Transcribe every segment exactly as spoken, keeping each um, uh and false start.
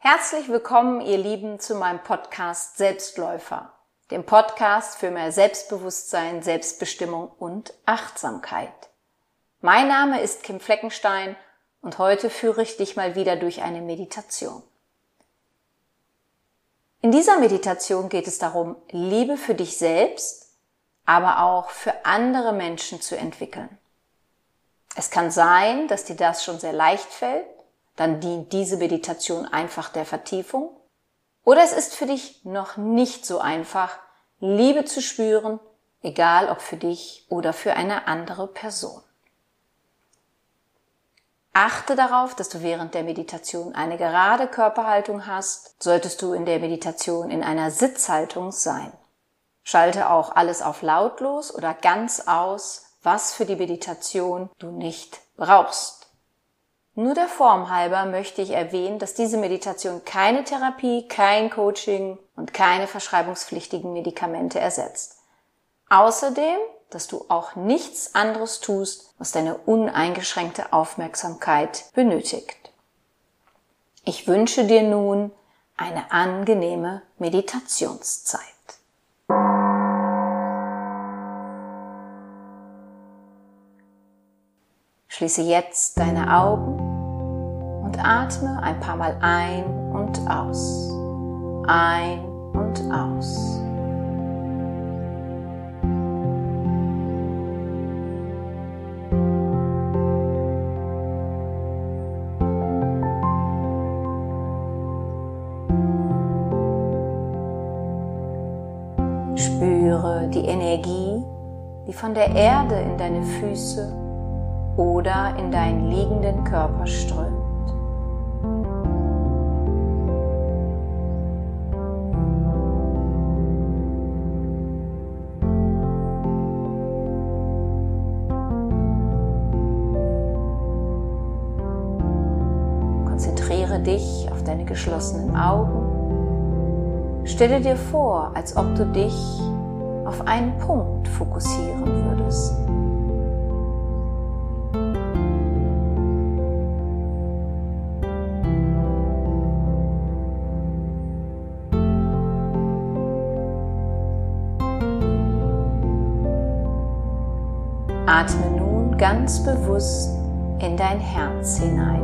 Herzlich willkommen, ihr Lieben, zu meinem Podcast Selbstläufer, dem Podcast für mehr Selbstbewusstsein, Selbstbestimmung und Achtsamkeit. Mein Name ist Kim Fleckenstein und heute führe ich dich mal wieder durch eine Meditation. In dieser Meditation geht es darum, Liebe für dich selbst, aber auch für andere Menschen zu entwickeln. Es kann sein, dass dir das schon sehr leicht fällt, dann dient diese Meditation einfach der Vertiefung. Oder es ist für dich noch nicht so einfach, Liebe zu spüren, egal ob für dich oder für eine andere Person. Achte darauf, dass du während der Meditation eine gerade Körperhaltung hast, solltest du in der Meditation in einer Sitzhaltung sein. Schalte auch alles auf lautlos oder ganz aus, was für die Meditation du nicht brauchst. Nur der Form halber möchte ich erwähnen, dass diese Meditation keine Therapie, kein Coaching und keine verschreibungspflichtigen Medikamente ersetzt. Außerdem, dass du auch nichts anderes tust, was deine uneingeschränkte Aufmerksamkeit benötigt. Ich wünsche dir nun eine angenehme Meditationszeit. Schließe jetzt deine Augen und atme ein paar Mal ein und aus. Ein und aus. Spüre die Energie, die von der Erde in deine Füße oder in deinen liegenden Körper strömt. Konzentriere dich auf deine geschlossenen Augen. Stelle dir vor, als ob du dich auf einen Punkt fokussieren würdest. Atme nun ganz bewusst in dein Herz hinein.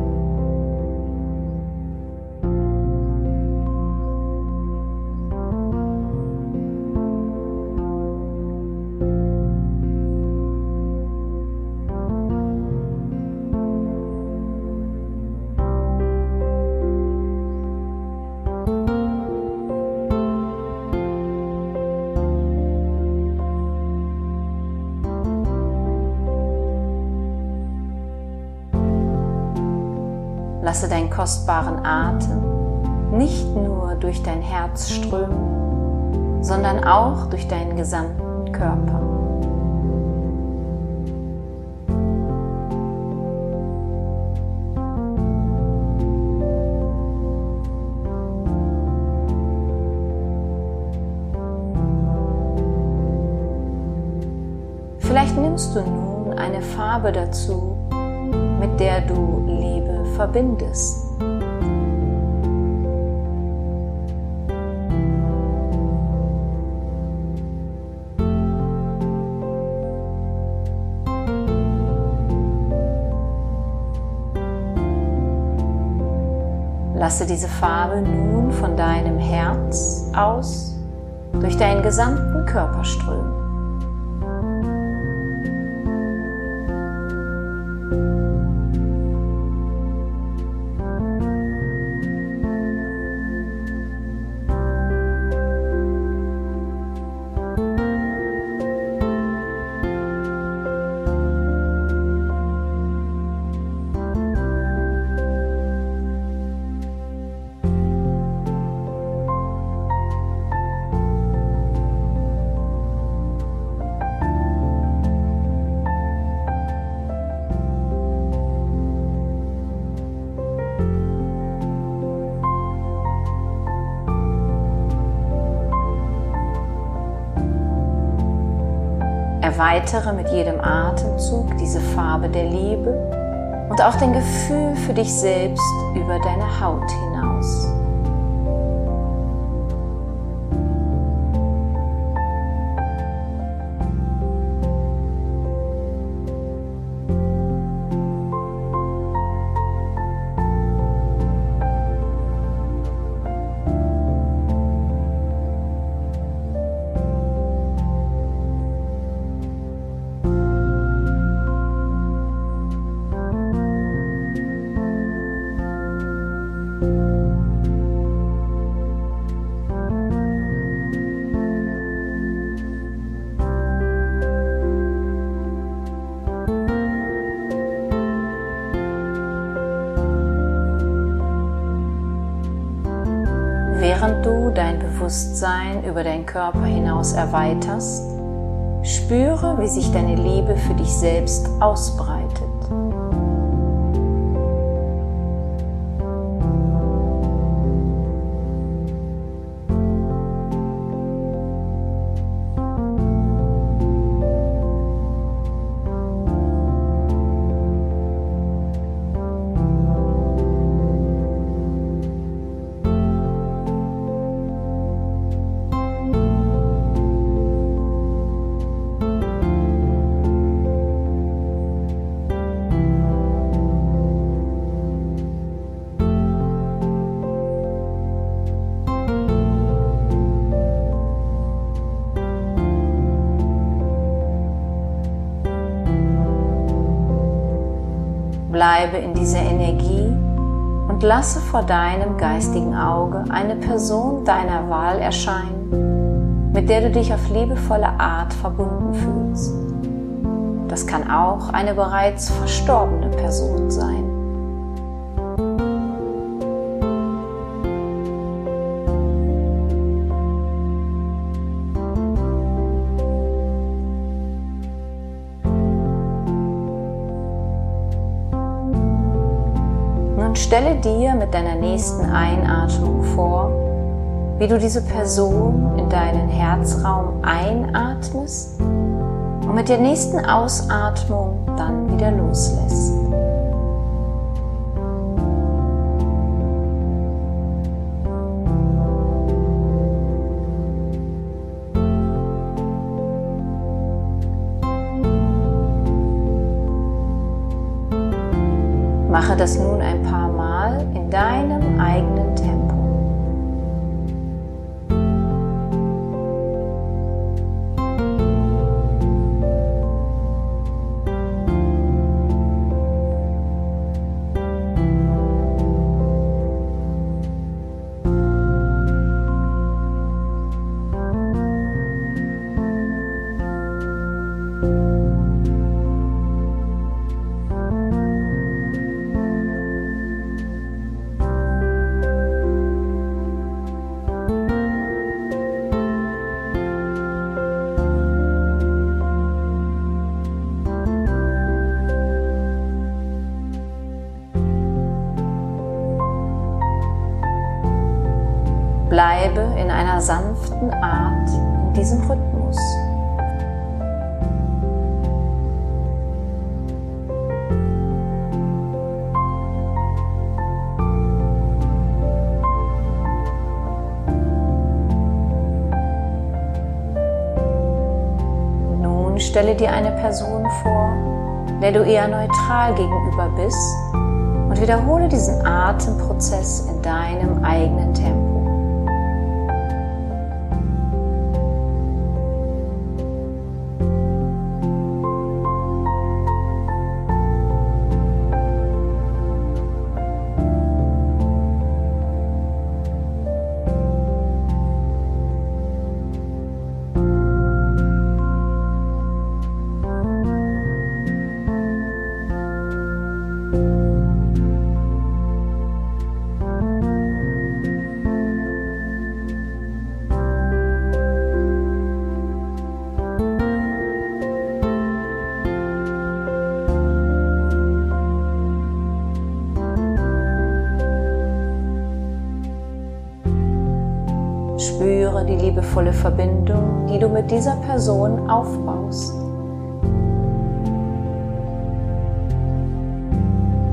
Lasse deinen kostbaren Atem nicht nur durch dein Herz strömen, sondern auch durch deinen gesamten Körper. Vielleicht nimmst du nun eine Farbe dazu, mit der du Liebe verbindest. Lasse diese Farbe nun von deinem Herz aus durch deinen gesamten Körper strömen. Erweitere mit jedem Atemzug diese Farbe der Liebe und auch dein Gefühl für dich selbst über deine Haut hinaus. Während du dein Bewusstsein über deinen Körper hinaus erweiterst, spüre, wie sich deine Liebe für dich selbst ausbreitet. Bleibe in dieser Energie und lasse vor deinem geistigen Auge eine Person deiner Wahl erscheinen, mit der du dich auf liebevolle Art verbunden fühlst. Das kann auch eine bereits verstorbene Person sein. Und stelle dir mit deiner nächsten Einatmung vor, wie du diese Person in deinen Herzraum einatmest und mit der nächsten Ausatmung dann wieder loslässt. Mache das nun ein paar Mal in deinem eigenen Tempo. Bleibe in einer sanften Art in diesem Rhythmus. Nun stelle dir eine Person vor, der du eher neutral gegenüber bist, und wiederhole diesen Atemprozess in deinem eigenen Tempo. Spüre die liebevolle Verbindung, die du mit dieser Person aufbaust.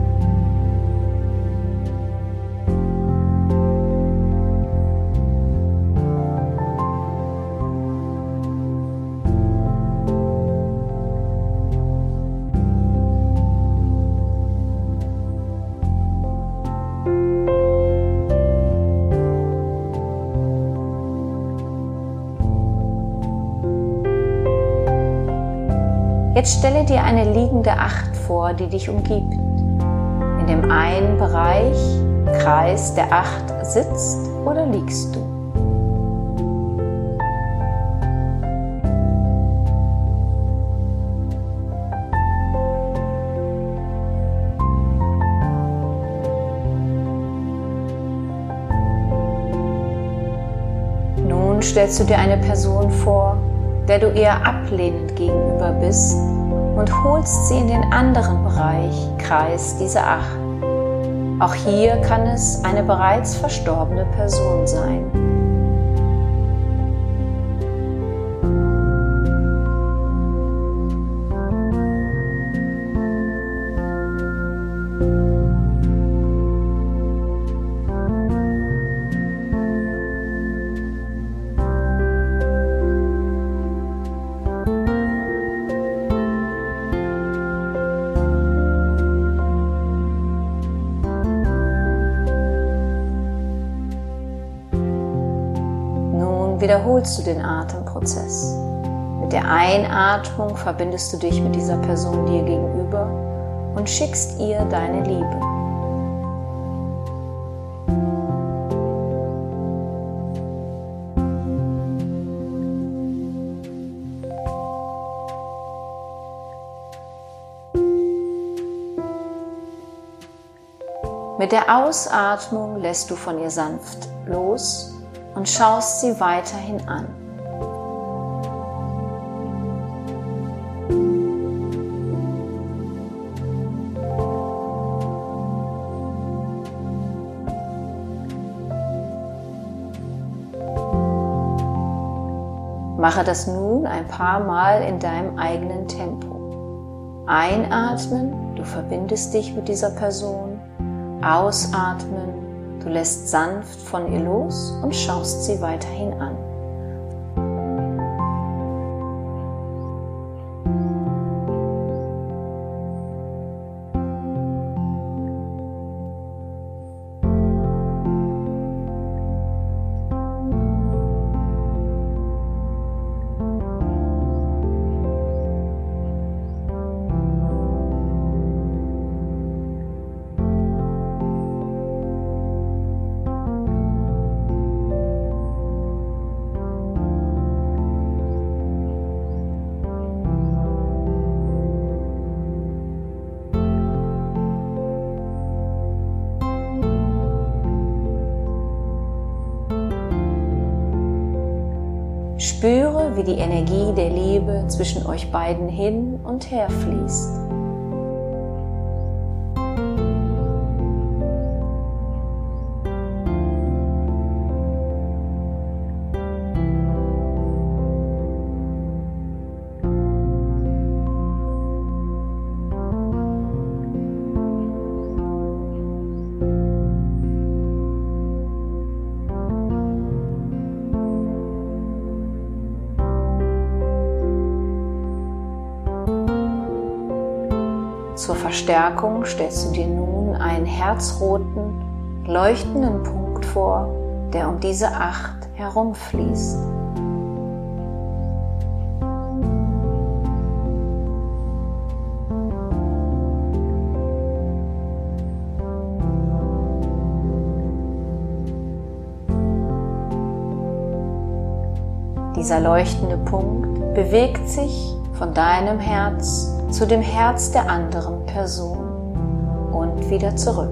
Jetzt stelle dir eine liegende Acht vor, die dich umgibt. In dem einen Bereich, Kreis der Acht, sitzt oder liegst du. Nun stellst du dir eine Person vor, der du eher ablehnend gegenüber bist und holst sie in den anderen Bereich, Kreis dieser Acht. Auch hier kann es eine bereits verstorbene Person sein. Wiederholst du den Atemprozess. Mit der Einatmung verbindest du dich mit dieser Person dir gegenüber und schickst ihr deine Liebe. Mit der Ausatmung lässt du von ihr sanft los und schaust sie weiterhin an. Mache das nun ein paar Mal in deinem eigenen Tempo. Einatmen, du verbindest dich mit dieser Person. Ausatmen, du lässt sanft von ihr los und schaust sie weiterhin an. Spüre, wie die Energie der Liebe zwischen euch beiden hin und her fließt. Zur Verstärkung stellst du dir nun einen herzroten, leuchtenden Punkt vor, der um diese Acht herumfließt. Dieser leuchtende Punkt bewegt sich von deinem Herz zu dem Herz der anderen Person und wieder zurück.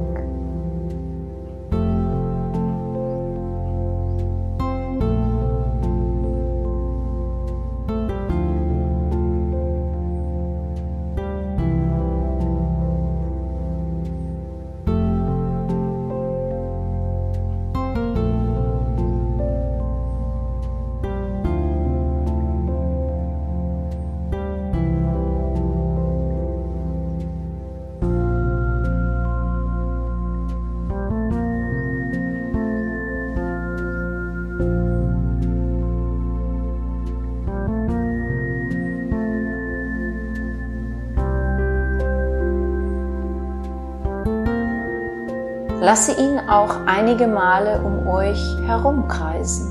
Lasse ihn auch einige Male um euch herumkreisen.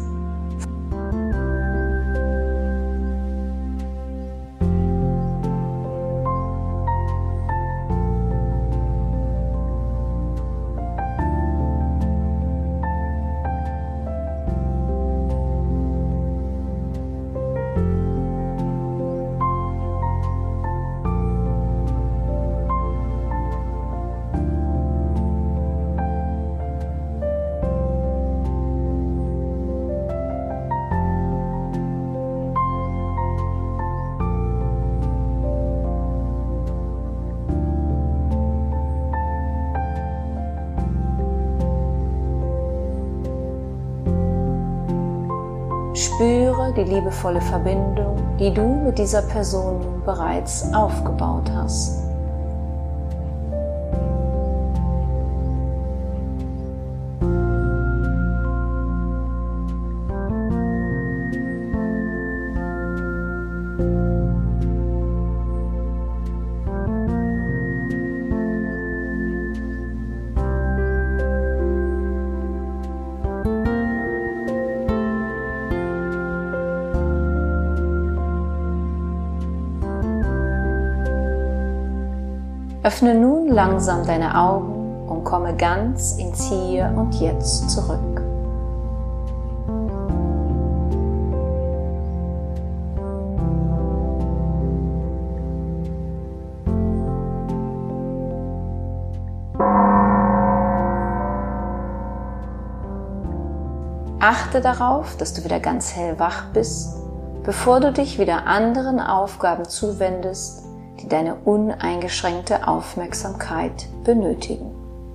Spüre die liebevolle Verbindung, die du mit dieser Person bereits aufgebaut hast. Öffne nun langsam deine Augen und komme ganz ins Hier und Jetzt zurück. Achte darauf, dass du wieder ganz hellwach bist, bevor du dich wieder anderen Aufgaben zuwendest, die deine uneingeschränkte Aufmerksamkeit benötigen.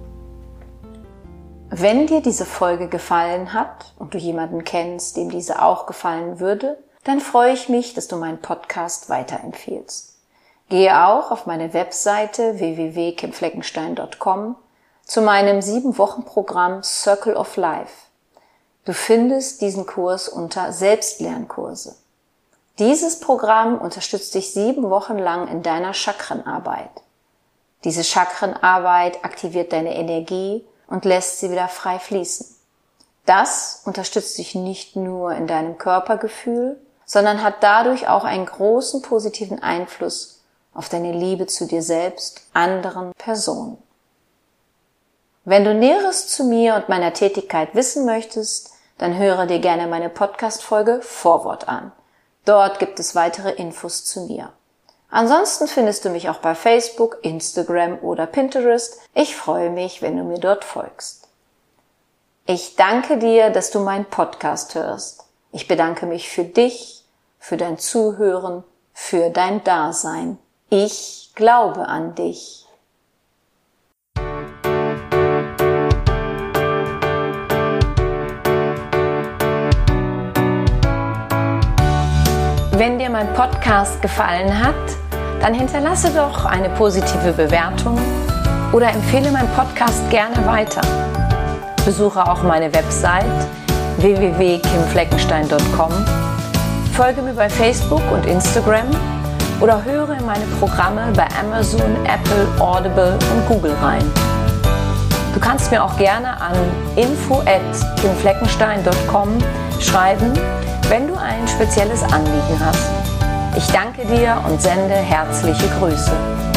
Wenn dir diese Folge gefallen hat und du jemanden kennst, dem diese auch gefallen würde, dann freue ich mich, dass du meinen Podcast weiterempfiehlst. Gehe auch auf meine Webseite w w w punkt kim fleckenstein punkt com zu meinem sieben Wochen Programm Circle of Life. Du findest diesen Kurs unter Selbstlernkurse. Dieses Programm unterstützt dich sieben Wochen lang in deiner Chakrenarbeit. Diese Chakrenarbeit aktiviert deine Energie und lässt sie wieder frei fließen. Das unterstützt dich nicht nur in deinem Körpergefühl, sondern hat dadurch auch einen großen positiven Einfluss auf deine Liebe zu dir selbst, anderen Personen. Wenn du Näheres zu mir und meiner Tätigkeit wissen möchtest, dann höre dir gerne meine Podcast-Folge Vorwort an. Dort gibt es weitere Infos zu mir. Ansonsten findest du mich auch bei Facebook, Instagram oder Pinterest. Ich freue mich, wenn du mir dort folgst. Ich danke dir, dass du meinen Podcast hörst. Ich bedanke mich für dich, für dein Zuhören, für dein Dasein. Ich glaube an dich. Wenn dir mein Podcast gefallen hat, dann hinterlasse doch eine positive Bewertung oder empfehle meinen Podcast gerne weiter. Besuche auch meine Website w w w punkt kim fleckenstein punkt com, folge mir bei Facebook und Instagram oder höre in meine Programme bei Amazon, Apple, Audible und Google rein. Du kannst mir auch gerne an info at kim fleckenstein punkt com schreiben, wenn du ein spezielles Anliegen hast. Ich danke dir und sende herzliche Grüße.